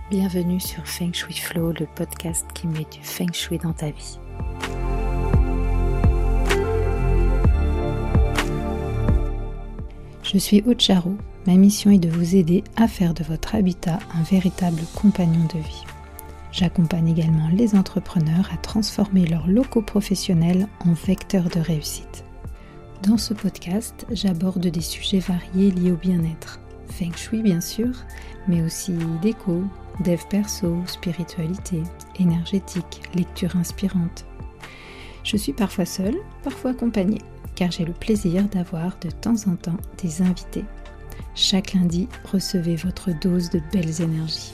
Bienvenue sur Feng Shui Flow, le podcast qui met du Feng Shui dans ta vie. Je suis Aude Charot. Ma mission est de vous aider à faire de votre habitat un véritable compagnon de vie. J'accompagne également les entrepreneurs à transformer leurs locaux professionnels en vecteurs de réussite. Dans ce podcast, j'aborde des sujets variés liés au bien-être. Feng Shui bien sûr, mais aussi déco, dev perso, spiritualité, énergétique, lecture inspirante. Je suis parfois seule, parfois accompagnée, car j'ai le plaisir d'avoir de temps en temps des invités. Chaque lundi, recevez votre dose de belles énergies.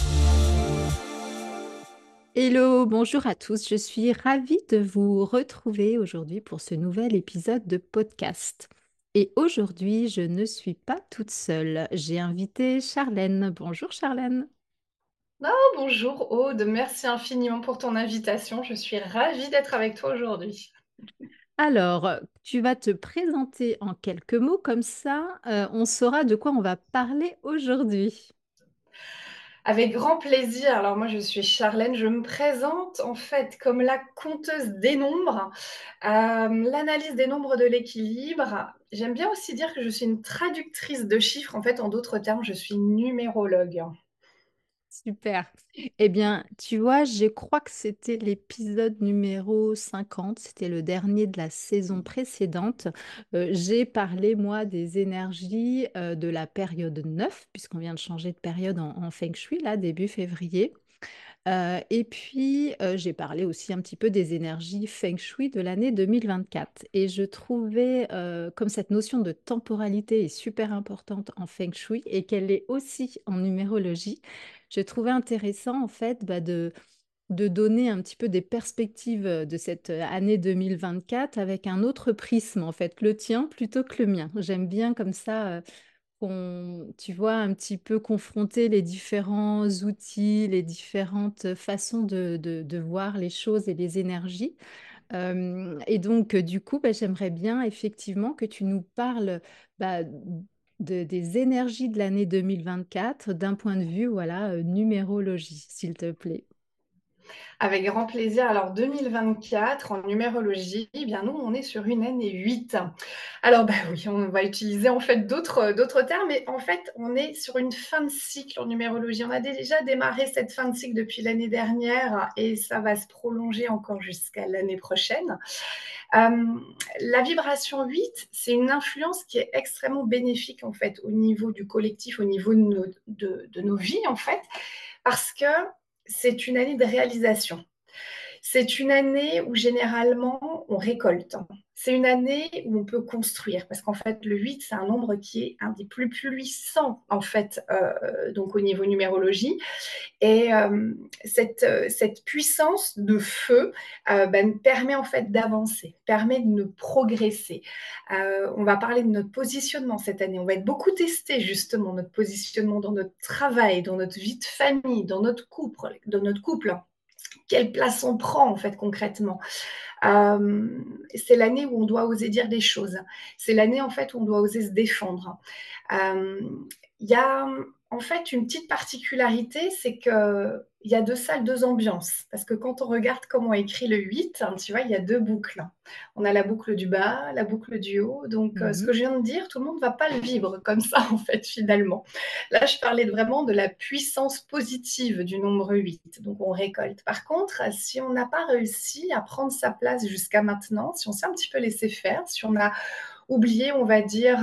Hello, bonjour à tous, je suis ravie de vous retrouver aujourd'hui pour ce nouvel épisode de podcast. Et aujourd'hui, je ne suis pas toute seule, j'ai invité Charlène. Bonjour Charlène. Oh, bonjour Aude, merci infiniment pour ton invitation. Je suis ravie d'être avec toi aujourd'hui. Alors, tu vas te présenter en quelques mots, comme ça, on saura de quoi on va parler aujourd'hui. Avec grand plaisir. Alors moi, je suis Charlène. Je me présente en fait comme la conteuse des nombres, l'analyse des nombres de l'équilibre. J'aime bien aussi dire que je suis une traductrice de chiffres. En fait, en d'autres termes, je suis numérologue. Super. Eh bien, tu vois, je crois que c'était l'épisode numéro 50, c'était le dernier de la saison précédente. J'ai parlé, moi, des énergies de la période 9, puisqu'on vient de changer de période en Feng Shui, là, début février. Et puis, j'ai parlé aussi un petit peu des énergies Feng Shui de l'année 2024. Et je trouvais, comme cette notion de temporalité est super importante en Feng Shui et qu'elle est aussi en numérologie, je trouvais intéressant en fait de donner un petit peu des perspectives de cette année 2024 avec un autre prisme, en fait, le tien plutôt que le mien. J'aime bien comme ça tu vois, un petit peu confronter les différents outils, les différentes façons de voir les choses et les énergies. Et donc, du coup, bah, j'aimerais bien effectivement que tu nous parles bah, des énergies de l'année 2024 d'un point de vue, voilà, numérologie, s'il te plaît. Avec grand plaisir. Alors 2024 en numérologie, eh bien nous on est sur une année 8. Alors bah oui, on va utiliser en fait d'autres termes, mais en fait on est sur une fin de cycle en numérologie. On a déjà démarré cette fin de cycle depuis l'année dernière et ça va se prolonger encore jusqu'à l'année prochaine. Euh, la vibration 8, c'est une influence qui est extrêmement bénéfique en fait au niveau du collectif, au niveau de nos vies en fait, parce que c'est une année de réalisation. C'est une année où généralement on récolte. C'est une année où on peut construire parce qu'en fait le 8 c'est un nombre qui est un des plus puissants en fait donc au niveau numérologie et cette puissance de feu permet en fait d'avancer, permet de progresser. On va parler de notre positionnement cette année. On va être beaucoup testé justement notre positionnement dans notre travail, dans notre vie de famille, dans notre couple. Quelle place on prend en fait concrètement. C'est l'année où on doit oser dire des choses. C'est l'année en fait où on doit oser se défendre. Euh, Il y a en fait une petite particularité, c'est que il y a deux salles, deux ambiances. Parce que quand on regarde comment est écrit le 8, hein, tu vois, il y a deux boucles. On a la boucle du bas, la boucle du haut. Donc, ce Mhm. que je viens de dire, tout le monde ne va pas le vivre comme ça, en fait, finalement. Là, je parlais vraiment de la puissance positive du nombre 8. Donc, on récolte. Par contre, si on n'a pas réussi à prendre sa place jusqu'à maintenant, si on s'est un petit peu laissé faire, si on a oublié, on va dire,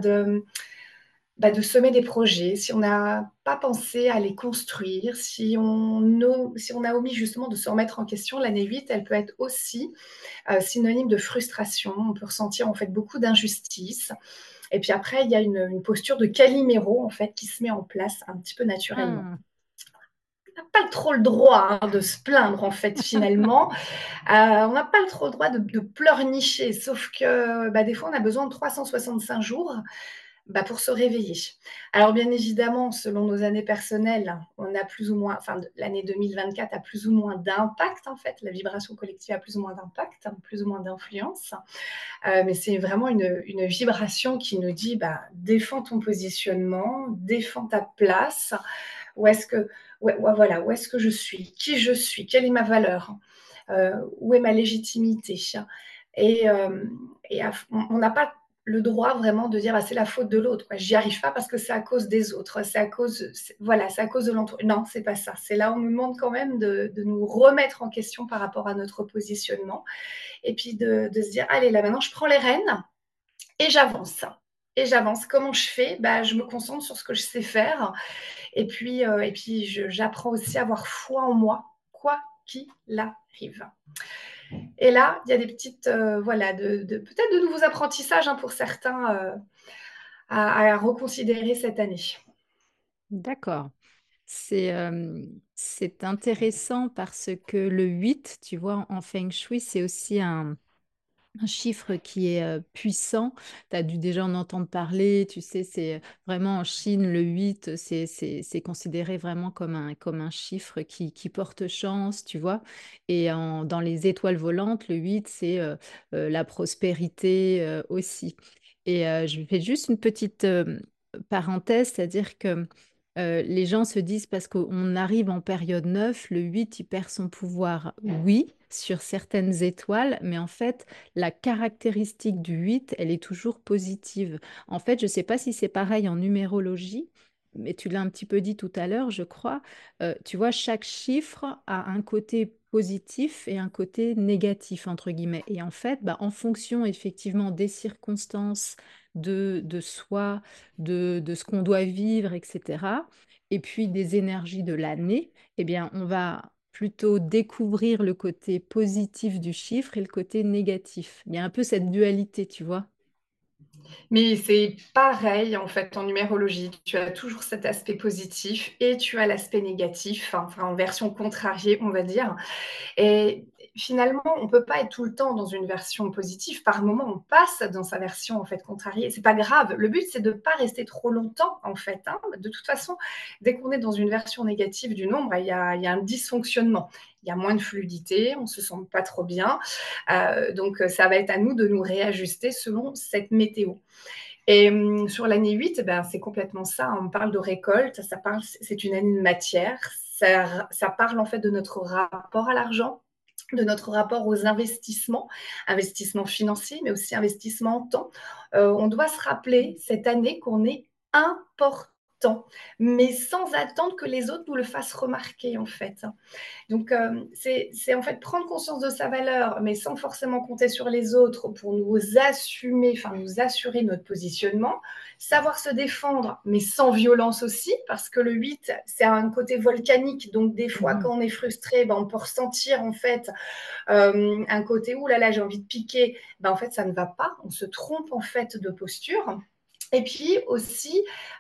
de semer des projets, si on n'a pas pensé à les construire, si on a omis justement de se remettre en question, l'année 8, elle peut être aussi synonyme de frustration. On peut ressentir en fait beaucoup d'injustice. Et puis après, il y a une posture de caliméro en fait qui se met en place un petit peu naturellement. Ah. On n'a pas trop le droit de se plaindre en fait finalement. On n'a pas trop le droit de pleurnicher, sauf que des fois on a besoin de 365 jours pour se réveiller. Alors bien évidemment, selon nos années personnelles, on a plus ou moins, enfin l'année 2024 a plus ou moins d'impact en fait, la vibration collective a plus ou moins d'impact, plus ou moins d'influence, mais c'est vraiment une vibration qui nous dit défends ton positionnement, défends ta place, Où est-ce que, voilà, où est-ce que je suis, qui je suis, quelle est ma valeur, où est ma légitimité. Et on n'a pas le droit vraiment de dire bah, c'est la faute de l'autre. J'y arrive pas parce que c'est à cause des autres, voilà, c'est à cause de l'entourage. Non, c'est pas ça. C'est là où on nous demande quand même de nous remettre en question par rapport à notre positionnement et puis de se dire allez là maintenant je prends les rênes et j'avance. Et j'avance. Comment je fais bah, je me concentre sur ce que je sais faire et puis j'apprends aussi à avoir foi en moi, quoi qu'il arrive. Et là, il y a des petites, voilà, peut-être de nouveaux apprentissages pour certains à reconsidérer cette année. D'accord. C'est intéressant parce que le 8, tu vois, en Feng Shui, c'est aussi un chiffre qui est puissant. Tu as dû déjà en entendre parler. Tu sais, c'est vraiment en Chine, le 8, c'est considéré vraiment comme un chiffre qui porte chance, tu vois. Et dans les étoiles volantes, le 8, c'est la prospérité aussi. Et je fais juste une petite parenthèse, c'est-à-dire que les gens se disent parce qu'on arrive en période 9, le 8, il perd son pouvoir, oui, sur certaines étoiles, mais en fait, la caractéristique du 8, elle est toujours positive. En fait, je ne sais pas si c'est pareil en numérologie, mais tu l'as un petit peu dit tout à l'heure, je crois. Tu vois, chaque chiffre a un côté positif et un côté négatif, entre guillemets. Et en fait, bah, en fonction effectivement des circonstances, de soi, de ce qu'on doit vivre, etc., et puis des énergies de l'année, eh bien, on va plutôt découvrir le côté positif du chiffre et le côté négatif. Il y a un peu cette dualité, tu vois. Mais c'est pareil en fait en numérologie. Tu as toujours cet aspect positif et tu as l'aspect négatif, enfin en version contrariée, on va dire. Et finalement, on ne peut pas être tout le temps dans une version positive. Par moment, on passe dans sa version en fait contrariée. C'est pas grave. Le but, c'est de ne pas rester trop longtemps en fait. De toute façon, dès qu'on est dans une version négative du nombre, il y a un dysfonctionnement. Il y a moins de fluidité, on ne se sent pas trop bien. Donc, ça va être à nous de nous réajuster selon cette météo. Et sur l'année 8, ben, c'est complètement ça. On parle de récolte, c'est une année de matière. Ça parle en fait de notre rapport à l'argent, de notre rapport aux investissements, investissements financiers, mais aussi investissements en temps. On doit se rappeler cette année qu'on est important, mais sans attendre que les autres nous le fassent remarquer en fait. Donc, c'est en fait prendre conscience de sa valeur, mais sans forcément compter sur les autres pour nous assumer, enfin nous assurer notre positionnement. Savoir se défendre, mais sans violence aussi, parce que le 8, c'est un côté volcanique. Donc, des fois, Mhm. quand on est frustré, ben, on peut ressentir en fait un côté où là, là, j'ai envie de piquer. Ben, en fait, ça ne va pas. On se trompe en fait de posture. Et puis aussi,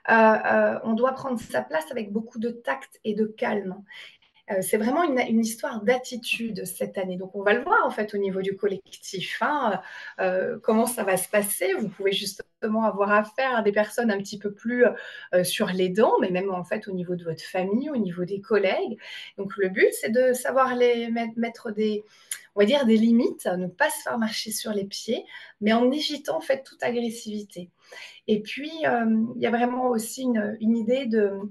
on doit prendre sa place avec beaucoup de tact et de calme. C'est vraiment une histoire d'attitude cette année. Donc, on va le voir en fait au niveau du collectif. Comment ça va se passer. Vous pouvez justement avoir affaire à des personnes un petit peu plus sur les dents, mais même en fait au niveau de votre famille, au niveau des collègues. Donc, le but, c'est de savoir les mettre on va dire des limites, ne pas se faire marcher sur les pieds, mais en évitant en fait toute agressivité. Et puis, il y a vraiment aussi une idée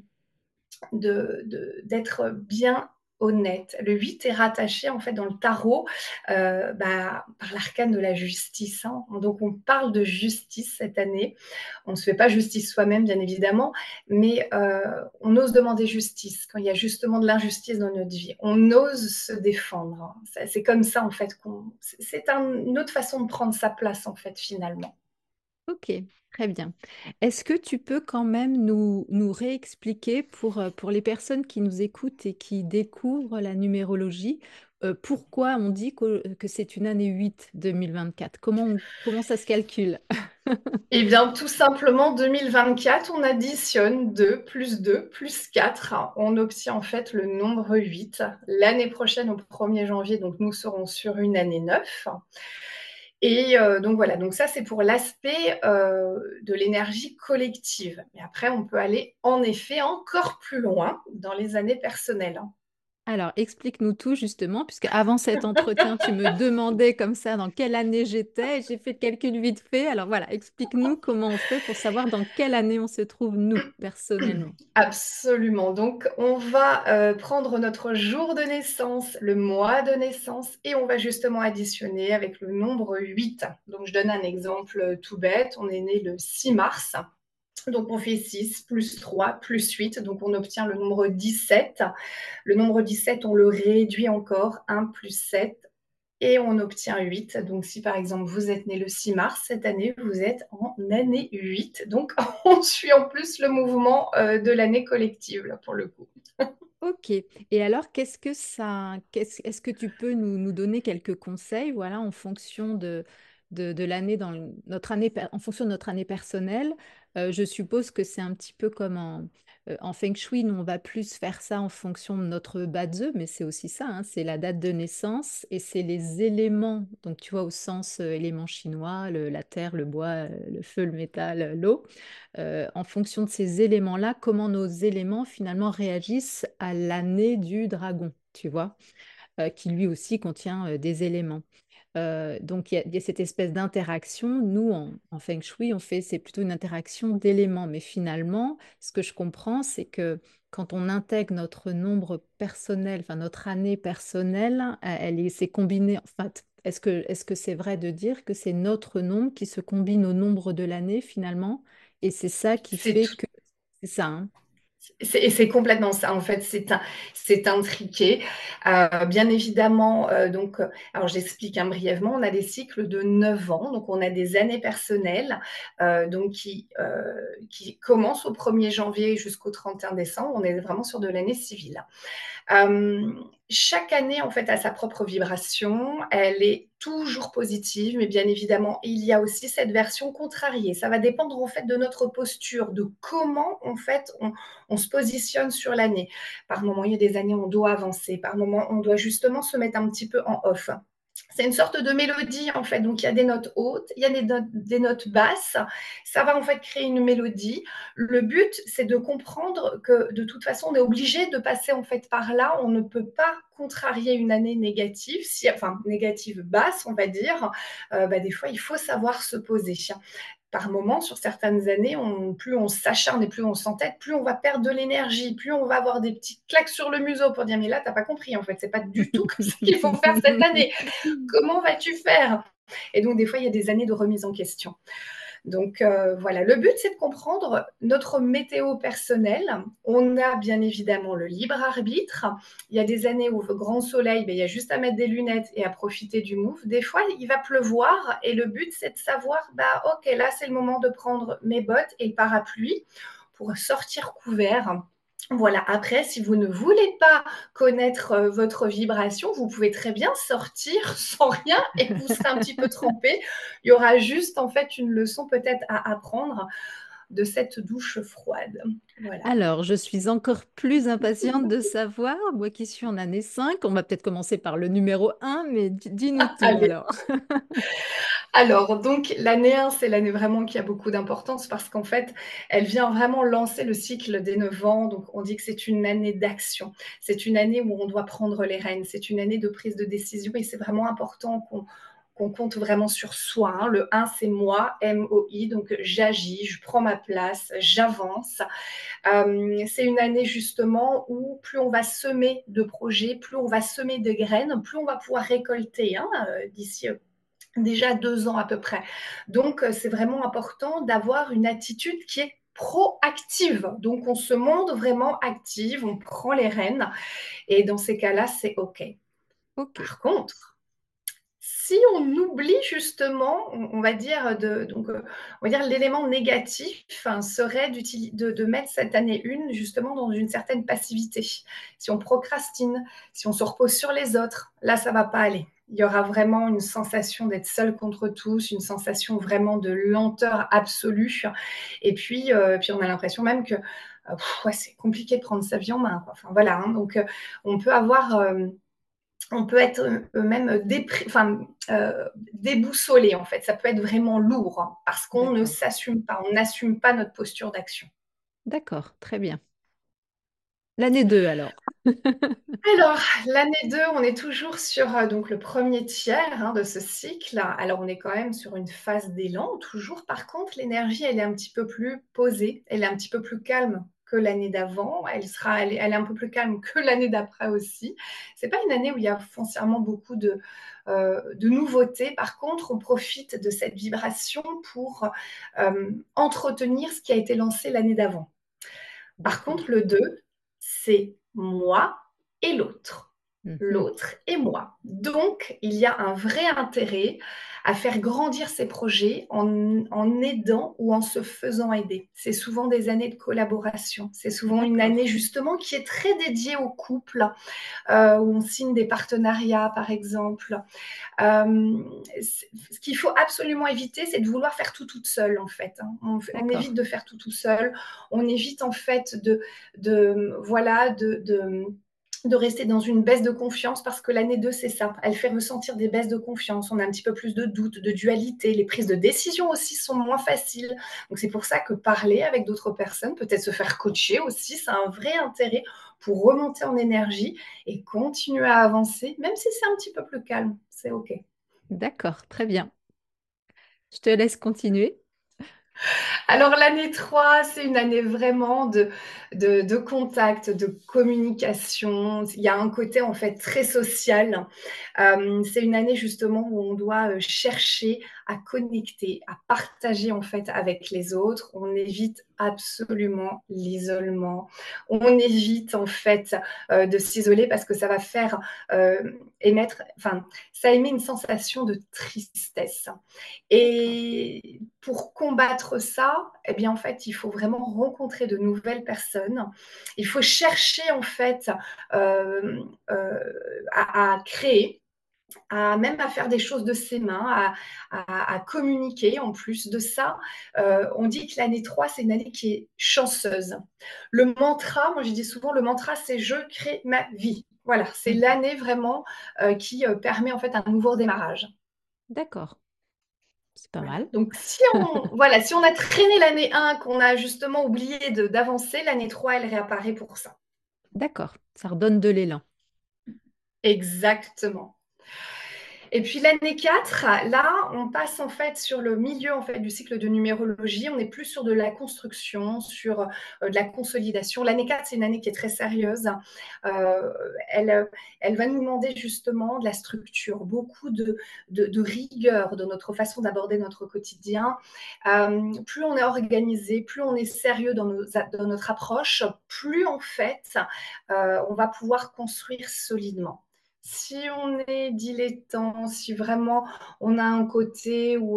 d'être bien honnête. Le 8 est rattaché en fait dans le tarot par l'arcane de la justice. Donc on parle de justice cette année. On ne se fait pas justice soi-même bien évidemment, mais on ose demander justice quand il y a justement de l'injustice dans notre vie. On ose se défendre. C'est comme ça en fait c'est une autre façon de prendre sa place en fait finalement. Ok, très bien. Est-ce que tu peux quand même nous réexpliquer pour les personnes qui nous écoutent et qui découvrent la numérologie, pourquoi on dit que c'est une année 8 2024? Comment ça se calcule? Eh bien, tout simplement, 2024, on additionne 2 plus 2 plus 4. On obtient en fait le nombre 8. L'année prochaine, au 1er janvier, donc nous serons sur une année 9. Et donc voilà, donc ça c'est pour l'aspect de l'énergie collective. Mais après, on peut aller en effet encore plus loin dans les années personnelles. Alors, explique-nous tout justement, puisque avant cet entretien, tu me demandais comme ça dans quelle année j'étais et j'ai fait le calcul vite fait. Alors voilà, explique-nous comment on fait pour savoir dans quelle année on se trouve, nous, personnellement. Absolument. Donc, on va prendre notre jour de naissance, le mois de naissance, et on va justement additionner avec le nombre 8. Donc, je donne un exemple tout bête. On est né le 6 mars. Donc, on fait 6 plus 3 plus 8. Donc, on obtient le nombre 17. Le nombre 17, on le réduit encore. 1 plus 7. Et on obtient 8. Donc, si par exemple vous êtes né le 6 mars, cette année, vous êtes en année 8. Donc, on suit en plus le mouvement de l'année collective, là, pour le coup. Ok. Et alors, est-ce que tu peux nous donner quelques conseils, voilà, en fonction de l'année, notre année, en fonction de notre année personnelle? Je suppose que c'est un petit peu comme en Feng Shui, nous, on va plus faire ça en fonction de notre Bazhou, mais c'est aussi ça, hein, c'est la date de naissance et c'est les éléments, donc tu vois, au sens élément chinois, la terre, le bois, le feu, le métal, l'eau en fonction de ces éléments-là, comment nos éléments finalement réagissent à l'année du dragon, tu vois, qui lui aussi contient des éléments. Donc il y a cette espèce d'interaction. Nous, en Feng Shui, c'est plutôt une interaction d'éléments. Mais finalement, ce que je comprends, c'est que quand on intègre notre nombre personnel, enfin notre année personnelle, c'est combiné. En fait, est-ce que c'est vrai de dire que c'est notre nombre qui se combine au nombre de l'année finalement? Et c'est ça qui C'est fait tout. que c'est ça, hein. Et c'est complètement ça, en fait, c'est intriqué. Bien évidemment, donc, alors j'explique hein, brièvement, on a des cycles de 9 ans, donc on a des années personnelles donc qui commencent au 1er janvier jusqu'au 31 décembre. On est vraiment sur de l'année civile. Chaque année, en fait, a sa propre vibration. Elle est toujours positive, mais bien évidemment, il y a aussi cette version contrariée. Ça va dépendre en fait de notre posture, de comment en fait on se positionne sur l'année. Par moment, il y a des années où on doit avancer. Par moment, on doit justement se mettre un petit peu en off. C'est une sorte de mélodie en fait. Donc il y a des notes hautes, il y a des notes basses. Ça va en fait créer une mélodie. Le but, c'est de comprendre que de toute façon, on est obligé de passer en fait par là. On ne peut pas contrarier une année négative, enfin négative basse, on va dire. Des fois, il faut savoir se poser. Par moment, sur certaines années, plus on s'acharne et plus on s'entête, plus on va perdre de l'énergie, plus on va avoir des petites claques sur le museau pour dire mais là, t'as pas compris en fait, c'est pas du tout comme ça qu'il faut faire cette année. Comment vas-tu faire? Et donc, des fois, il y a des années de remise en question. Donc, voilà, le but, c'est de comprendre notre météo personnelle. On a bien évidemment le libre arbitre. Il y a des années où le grand soleil, il y a juste à mettre des lunettes et à profiter du move. Des fois, il va pleuvoir et le but, c'est de savoir, ok, là, c'est le moment de prendre mes bottes et le parapluie pour sortir couvert. Voilà, après, si vous ne voulez pas connaître votre vibration, vous pouvez très bien sortir sans rien et vous serez un petit peu trempé. Il y aura juste en fait une leçon peut-être à apprendre de cette douche froide. Voilà. Alors, je suis encore plus impatiente de savoir, moi qui suis en année 5, on va peut-être commencer par le numéro 1, mais dis-nous tout Allez. alors. Alors, donc, l'année 1, c'est l'année vraiment qui a beaucoup d'importance parce qu'en fait, elle vient vraiment lancer le cycle des 9 ans. Donc, on dit que c'est une année d'action. C'est une année où on doit prendre les rênes. C'est une année de prise de décision et c'est vraiment important qu'on compte vraiment sur soi. Hein. Le 1, c'est moi, M-O-I, donc j'agis, je prends ma place, j'avance. C'est une année justement où plus on va semer de projets, plus on va semer de graines, plus on va pouvoir récolter hein, d'ici déjà 2 ans à peu près. Donc, c'est vraiment important d'avoir une attitude qui est proactive. Donc, on se montre vraiment active, on prend les rênes et dans ces cas-là, c'est OK. Ok, Par contre, si on oublie justement, on va dire, on va dire l'élément négatif hein, serait de mettre cette année 1 justement dans une certaine passivité. Si on procrastine, si on se repose sur les autres, là, ça ne va pas aller. Il y aura vraiment une sensation d'être seul contre tous, une sensation vraiment de lenteur absolue. Et puis on a l'impression même que ouais, c'est compliqué de prendre sa vie en main. Quoi. Enfin, voilà, hein. Donc, on peut avoir on peut être même déboussolé en fait. Ça peut être vraiment lourd hein, parce qu'on ne d'accord. s'assume pas, on n'assume pas notre posture d'action. D'accord, très bien. L'année 2 alors. Alors, l'année 2, on est toujours sur donc le premier tiers de ce cycle. Alors, on est quand même sur une phase d'élan, toujours. Par contre, l'énergie, elle est un petit peu plus posée, elle est un petit peu plus calme que l'année d'avant. Elle est un peu plus calme que l'année d'après aussi. C'est pas une année où il y a foncièrement beaucoup de nouveautés. Par contre, on profite de cette vibration pour entretenir ce qui a été lancé l'année d'avant. Par D'accord. contre, le 2, c'est moi et l'autre. Mhm. L'autre et moi. Donc, il y a un vrai intérêt à faire grandir ces projets en aidant ou en se faisant aider. C'est souvent des années de collaboration. C'est souvent une D'accord. année justement qui est très dédiée au couple, où on signe des partenariats, par exemple. Ce qu'il faut absolument éviter, c'est de vouloir faire tout toute seule, en fait. On évite D'accord. de faire tout tout seul. On évite, en fait, voilà, de rester dans une baisse de confiance parce que l'année 2, c'est ça. Elle fait ressentir des baisses de confiance. On a un petit peu plus de doutes, de dualité. Les prises de décision aussi sont moins faciles. Donc, c'est pour ça que parler avec d'autres personnes, peut-être se faire coacher aussi, ça a un vrai intérêt pour remonter en énergie et continuer à avancer, même si c'est un petit peu plus calme. C'est OK. D'accord. Très bien. Je te laisse continuer. Alors l'année 3, c'est une année vraiment de contact, de communication. Il y a un côté en fait très social. C'est une année justement où on doit chercher à connecter, à partager en fait avec les autres. On évite absolument l'isolement. On évite en fait de s'isoler parce que ça va faire émettre, enfin, ça émet une sensation de tristesse. D'accord. Et pour combattre ça, eh bien, en fait, il faut vraiment rencontrer de nouvelles personnes. Il faut chercher, en fait, euh, euh, à créer, même à faire des choses de ses mains, à communiquer. En plus de ça, on dit que l'année 3, c'est une année qui est chanceuse. Le mantra, moi je dis souvent, le mantra, c'est je crée ma vie. Voilà, c'est Mhm. l'année vraiment qui permet en fait un nouveau démarrage. D'accord. C'est pas Voilà. mal. Donc, si on a traîné l'année 1, qu'on a justement oublié d'avancer, l'année 3, elle réapparaît pour ça. D'accord. Ça redonne de l'élan. Exactement. Et puis l'année 4, là, on passe en fait sur le milieu en fait du cycle de numérologie. On n'est plus sur de la construction, sur de la consolidation. L'année 4, c'est une année qui est très sérieuse. Euh, elle, elle va nous demander justement de la structure, beaucoup de rigueur dans notre façon d'aborder notre quotidien. Plus on est organisé, plus on est sérieux dans notre approche, plus en fait, on va pouvoir construire solidement. Si on est dilettant, si vraiment on a un côté où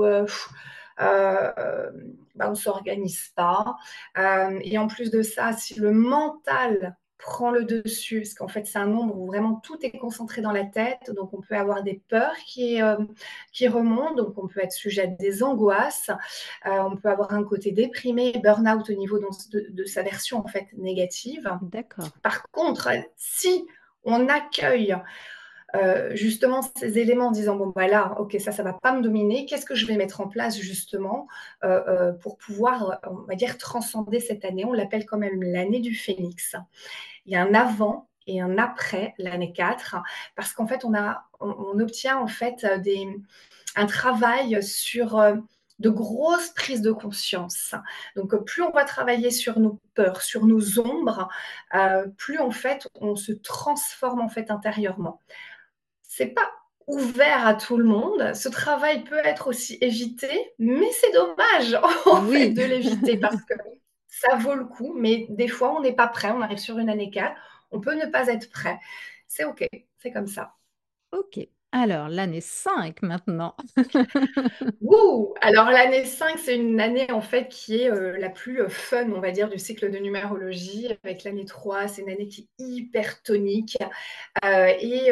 on ne s'organise pas, et en plus de ça, si le mental prend le dessus, parce qu'en fait c'est un nombre où vraiment tout est concentré dans la tête, donc on peut avoir des peurs qui remontent, donc on peut être sujet à des angoisses, on peut avoir un côté déprimé, burn-out au niveau de sa version en fait négative. D'accord. Par contre, si on accueille justement ces éléments en disant bon bah là ok ça va pas me dominer, qu'est-ce que je vais mettre en place justement pour pouvoir on va dire transcender cette année. On l'appelle quand même l'année du phénix. Il y a un avant et un après l'année 4 parce qu'en fait on obtient en fait un travail sur de grosses prises de conscience. Donc, plus on va travailler sur nos peurs, sur nos ombres, plus en fait on se transforme en fait intérieurement. C'est pas ouvert à tout le monde. Ce travail peut être aussi évité, mais c'est dommage en fait Oui. de l'éviter parce que ça vaut le coup. Mais des fois, on n'est pas prêt. On arrive sur une année 4, on peut ne pas être prêt. C'est OK, c'est comme ça. Ok. Alors, l'année 5 maintenant. Ouh! Alors l'année 5, c'est une année en fait qui est la plus fun, on va dire, du cycle de numérologie. Avec l'année 3, c'est une année qui est hyper tonique. Et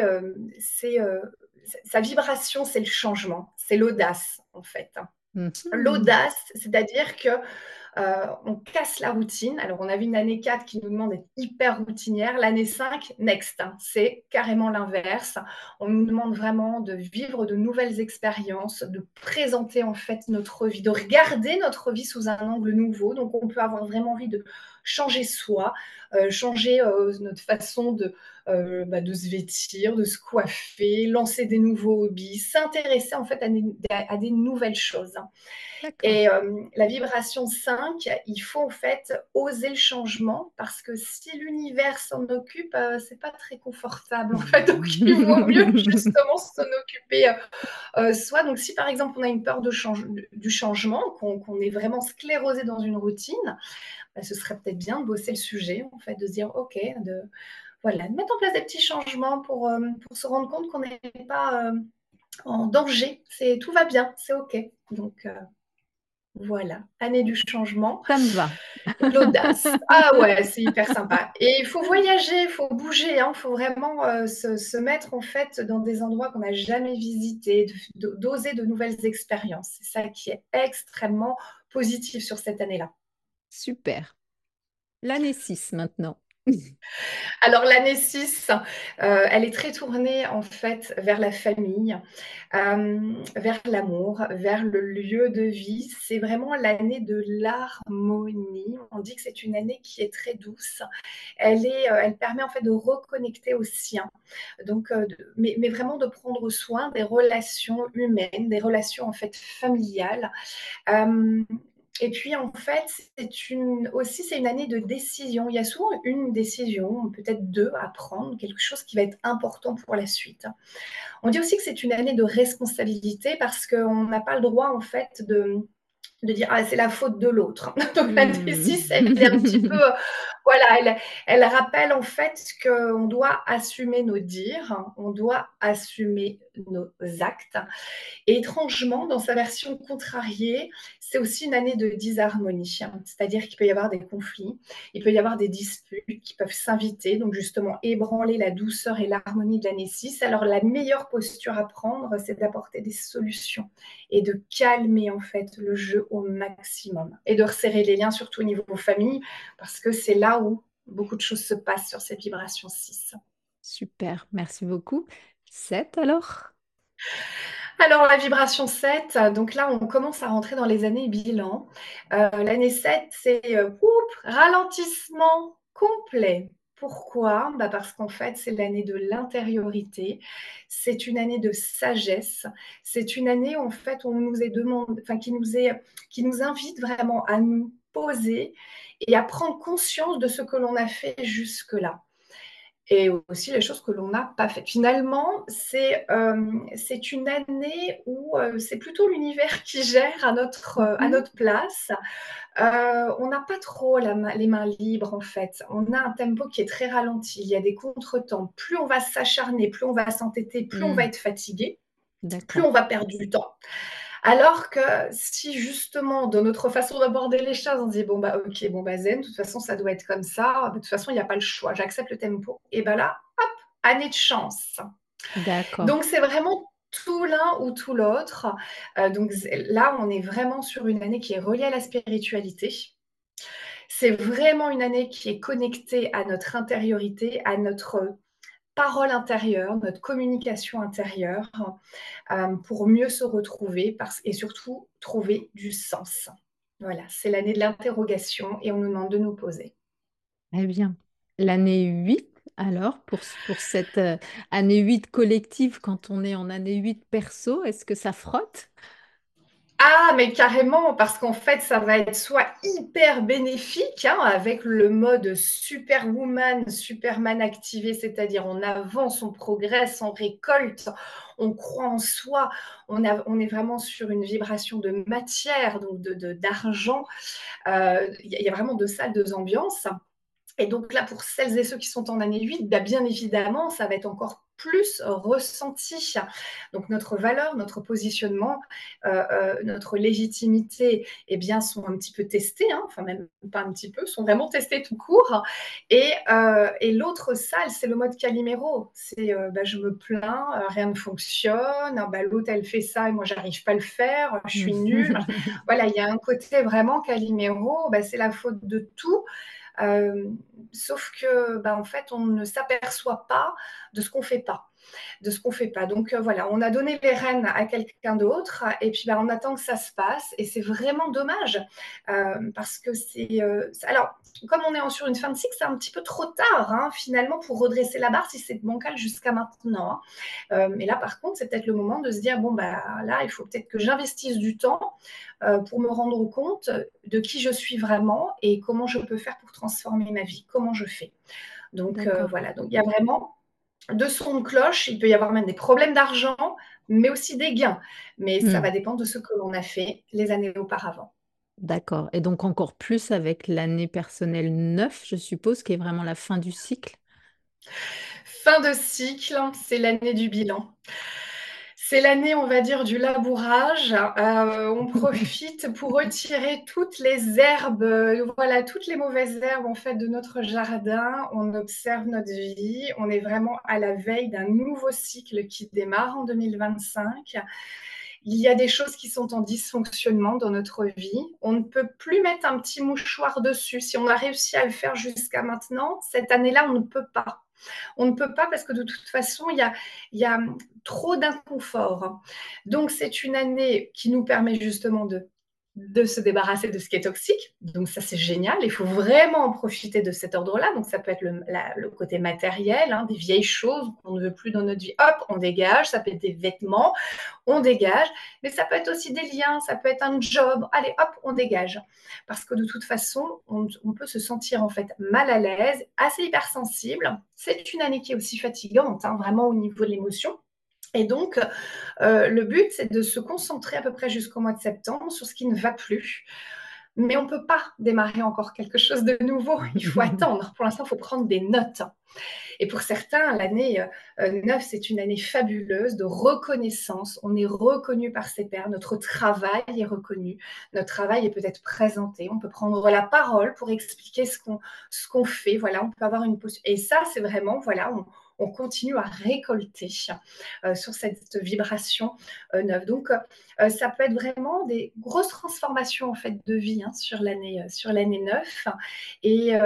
sa vibration, c'est le changement, c'est l'audace en fait. Mhm. L'audace, c'est-à-dire que on casse la routine. Alors, on avait une année 4 qui nous demande d'être hyper routinière. L'année 5, next, hein, c'est carrément l'inverse. On nous demande vraiment de vivre de nouvelles expériences, de présenter en fait notre vie, de regarder notre vie sous un angle nouveau. Donc, on peut avoir vraiment envie de changer soi, changer notre façon de se vêtir, de se coiffer, lancer des nouveaux hobbies, s'intéresser en fait à des nouvelles choses. D'accord. Et la vibration 5, il faut en fait oser le changement parce que si l'univers s'en occupe, c'est pas très confortable en fait. Donc il vaut mieux justement s'en occuper soi. Donc si par exemple on a une peur du changement, qu'on est vraiment sclérosé dans une routine, bah, ce serait peut-être bien de bosser le sujet en fait, de se dire ok, voilà, de mettre en place des petits changements pour se rendre compte qu'on n'est pas en danger. Tout va bien, c'est ok. Donc voilà, année du changement, Ça me va. de l'audace. Ah ouais, c'est hyper sympa. Et il faut voyager, il faut bouger, il faut vraiment se mettre en fait dans des endroits qu'on n'a jamais visités, d'oser de nouvelles expériences. C'est ça qui est extrêmement positif sur cette année-là. Super. L'année 6 maintenant. Alors l'année 6, elle est très tournée en fait vers la famille, vers l'amour, vers le lieu de vie. C'est vraiment l'année de l'harmonie. On dit que c'est une année qui est très douce. Elle permet en fait de reconnecter au sien. Donc, mais vraiment de prendre soin des relations humaines, des relations en fait familiales. Euh, et puis en fait, c'est une année de décision. Il y a souvent une décision, peut-être deux à prendre, quelque chose qui va être important pour la suite. On dit aussi que c'est une année de responsabilité parce qu'on n'a pas le droit en fait de dire ah c'est la faute de l'autre. Donc la Hmm. D6 elle est un petit peu voilà, elle rappelle en fait qu'on doit assumer nos dires, on doit assumer nos actes. Et étrangement, dans sa version contrariée, c'est aussi une année de disharmonie. C'est-à-dire qu'il peut y avoir des conflits, il peut y avoir des disputes qui peuvent s'inviter, donc justement ébranler la douceur et l'harmonie de l'année 6. Alors la meilleure posture à prendre, c'est d'apporter des solutions et de calmer en fait le jeu au maximum et de resserrer les liens, surtout au niveau famille, parce que c'est là où beaucoup de choses se passent sur cette vibration 6. Super, merci beaucoup. 7 alors? Alors, la vibration 7, donc là, on commence à rentrer dans les années bilan. L'année 7, c'est ralentissement complet. Pourquoi? Bah parce qu'en fait, c'est l'année de l'intériorité, c'est une année de sagesse, c'est une année en fait où on nous est demandé, enfin qui nous invite vraiment à nous poser et à prendre conscience de ce que l'on a fait jusque-là et aussi les choses que l'on n'a pas faites. Finalement, c'est une année où c'est plutôt l'univers qui gère à Mhm. notre place. On n'a pas trop les mains libres en fait. On a un tempo qui est très ralenti. Il y a des contretemps. Plus on va s'acharner, plus on va s'entêter, plus on va Hmm. être fatigué, plus D'accord. on va perdre du temps. Alors que si justement, dans notre façon d'aborder les choses, on dit bon bah ok, bon bah zen, de toute façon ça doit être comme ça, de toute façon il n'y a pas le choix, j'accepte le tempo, et ben là, hop, année de chance. D'accord. Donc c'est vraiment tout l'un ou tout l'autre. Donc là, on est vraiment sur une année qui est reliée à la spiritualité. C'est vraiment une année qui est connectée à notre intériorité, à notre parole intérieure, notre communication intérieure, pour mieux se retrouver et surtout trouver du sens. Voilà, c'est l'année de l'interrogation et on nous demande de nous poser. Eh bien, l'année 8 alors, pour cette année 8 collective, quand on est en année 8 perso, est-ce que ça frotte? Ah, mais carrément, parce qu'en fait, ça va être soit hyper bénéfique, avec le mode superwoman, superman activé, c'est-à-dire on avance, on progresse, on récolte, on croit en soi, on est vraiment sur une vibration de matière, donc d'argent. Il y a vraiment deux salles, deux ambiances. Et donc là, pour celles et ceux qui sont en année 8, bah, bien évidemment, ça va être encore plus ressenti. Donc notre valeur, notre positionnement, notre légitimité, eh bien, sont un petit peu testés, hein, enfin même pas un petit peu, sont vraiment testés tout court. Et l'autre salle, c'est le mode Calimero. C'est bah, je me plains, rien ne fonctionne, bah, l'autre elle fait ça et moi j'arrive pas à le faire, je suis nulle. Voilà, il y a un côté vraiment Calimero, bah, c'est la faute de tout. Euh, Sauf que, bah, en fait, on ne s'aperçoit pas de ce qu'on fait pas de ce qu'on fait pas. Donc voilà, on a donné les rênes à quelqu'un d'autre et puis bah, on attend que ça se passe et c'est vraiment dommage parce que alors comme on est sur une fin de cycle, c'est un petit peu trop tard hein, finalement pour redresser la barre si c'est bancal jusqu'à maintenant. Hein. Et là par contre, c'est peut-être le moment de se dire bon bah là, il faut peut-être que j'investisse du temps pour me rendre compte de qui je suis vraiment et comment je peux faire pour transformer ma vie, comment je fais. Donc D'accord. voilà, donc il y a vraiment de son de cloche, il peut y avoir même des problèmes d'argent, mais aussi des gains. Mais ça Hmm. va dépendre de ce que l'on a fait les années auparavant. D'accord. Et donc encore plus avec l'année personnelle 9, je suppose, qui est vraiment la fin du cycle. Fin de cycle, c'est l'année du bilan. C'est l'année, on va dire, du labourage. On profite pour retirer toutes les herbes, voilà, toutes les mauvaises herbes en fait de notre jardin. On observe notre vie. On est vraiment à la veille d'un nouveau cycle qui démarre en 2025. Il y a des choses qui sont en dysfonctionnement dans notre vie. On ne peut plus mettre un petit mouchoir dessus. Si on a réussi à le faire jusqu'à maintenant, cette année-là, on ne peut pas. On ne peut pas parce que de toute façon, il y a trop d'inconfort. Donc, c'est une année qui nous permet justement de se débarrasser de ce qui est toxique. Donc ça, c'est génial. Il faut vraiment en profiter de cet ordre-là. Donc ça peut être le côté matériel, hein, des vieilles choses qu'on ne veut plus dans notre vie. Hop, on dégage. Ça peut être des vêtements, on dégage. Mais ça peut être aussi des liens, ça peut être un job. Allez, hop, on dégage. Parce que de toute façon, on peut se sentir en fait mal à l'aise, assez hypersensible. C'est une année qui est aussi fatigante, hein, vraiment au niveau de l'émotion. Et donc, le but, c'est de se concentrer à peu près jusqu'au mois de septembre sur ce qui ne va plus. Mais on ne peut pas démarrer encore quelque chose de nouveau. Il faut attendre. Pour l'instant, il faut prendre des notes. Et pour certains, l'année 9, c'est une année fabuleuse de reconnaissance. On est reconnu par ses pairs. Notre travail est reconnu. Notre travail est peut-être présenté. On peut prendre la parole pour expliquer ce qu'on fait. Voilà, on peut avoir une posture. Et ça, c'est vraiment, voilà, on continue à récolter sur cette vibration neuve. Donc, ça peut être vraiment des grosses transformations en fait de vie hein, sur l'année 9. Et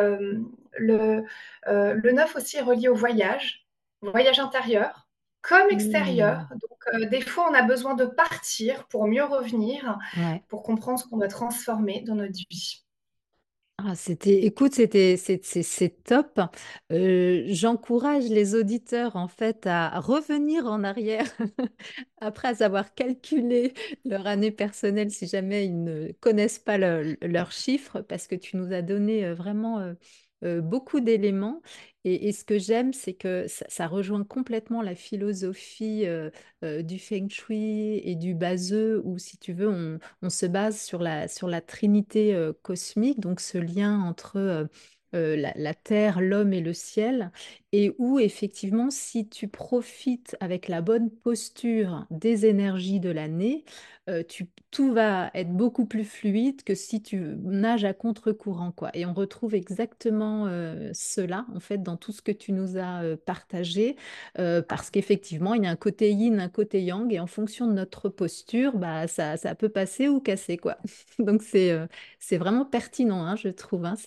le 9 aussi est relié au voyage intérieur comme extérieur. Hmm. Donc, des fois, on a besoin de partir pour mieux revenir, Ouais. pour comprendre ce qu'on doit transformer dans notre vie. Ah, écoute, c'est top. J'encourage les auditeurs en fait à revenir en arrière après avoir calculé leur année personnelle si jamais ils ne connaissent pas leurs chiffres, parce que tu nous as donné vraiment beaucoup d'éléments. Et ce que j'aime, c'est que ça rejoint complètement la philosophie du Feng Shui et du Baseux, où si tu veux, on se base sur la trinité cosmique, donc ce lien entre la terre, l'homme et le ciel, et où effectivement, si tu profites avec la bonne posture des énergies de l'année, tout va être beaucoup plus fluide que si tu nages à contre-courant, quoi. Et on retrouve exactement cela, en fait, dans tout ce que tu nous as partagé, parce qu'effectivement, il y a un côté yin, un côté yang, et en fonction de notre posture, bah, ça peut passer ou casser, quoi. Donc, c'est vraiment pertinent, hein, je trouve, hein,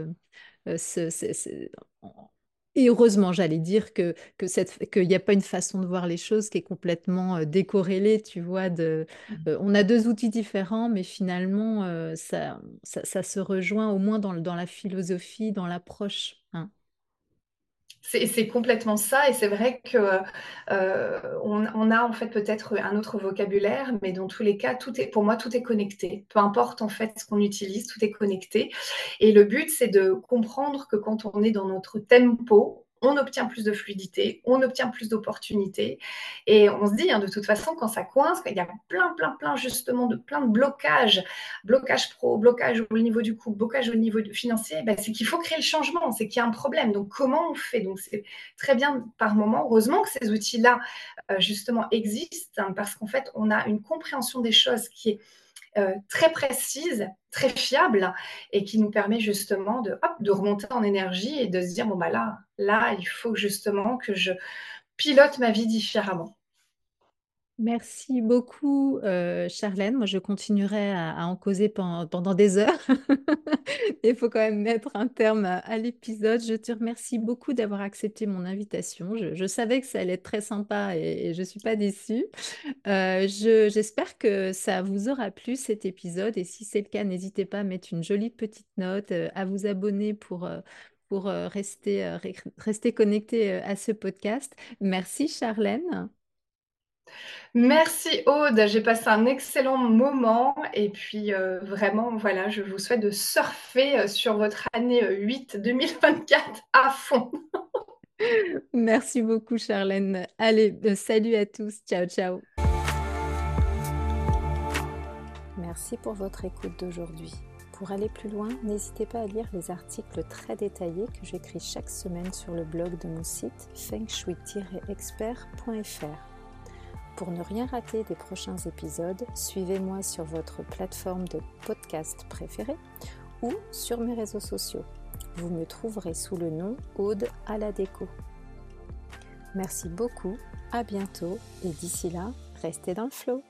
et heureusement, j'allais dire qu'il n'y a pas une façon de voir les choses qui est complètement décorrélée, tu vois. On a deux outils différents, mais finalement, ça se rejoint au moins dans la philosophie, dans l'approche, hein. C'est complètement ça et c'est vrai que on a en fait peut-être un autre vocabulaire, mais dans tous les cas, pour moi, tout est connecté. Peu importe en fait ce qu'on utilise, tout est connecté. Et le but, c'est de comprendre que quand on est dans notre tempo, on obtient plus de fluidité, on obtient plus d'opportunités. Et on se dit, de toute façon, quand ça coince, quand il y a plein, justement, plein de blocages, blocage pro, blocage au niveau du coût, blocage au niveau financier, c'est qu'il faut créer le changement, c'est qu'il y a un problème. Donc, comment on fait? Donc, c'est très bien par moment. Heureusement que ces outils-là, justement, existent, parce qu'en fait, on a une compréhension des choses qui est très précise, très fiable et qui nous permet justement de remonter en énergie et de se dire, bon, là, il faut justement que je pilote ma vie différemment. Merci beaucoup, Charlène. Moi, je continuerai à en causer pendant des heures. Il faut quand même mettre un terme à l'épisode. Je te remercie beaucoup d'avoir accepté mon invitation. Je savais que ça allait être très sympa et je ne suis pas déçue. J'espère que ça vous aura plu cet épisode et si c'est le cas, n'hésitez pas à mettre une jolie petite note, à vous abonner pour rester connecté à ce podcast. Merci, Charlène. Merci Aude, j'ai passé un excellent moment et puis vraiment, voilà, je vous souhaite de surfer sur votre année 8 2024 à fond. Merci beaucoup, Charlène. Allez, salut à tous. Ciao, ciao. Merci pour votre écoute d'aujourd'hui. Pour aller plus loin, n'hésitez pas à lire les articles très détaillés que j'écris chaque semaine sur le blog de mon site fengshui-expert.fr. Pour ne rien rater des prochains épisodes, suivez-moi sur votre plateforme de podcast préférée ou sur mes réseaux sociaux. Vous me trouverez sous le nom Aude à la déco. Merci beaucoup, à bientôt et d'ici là, restez dans le flow.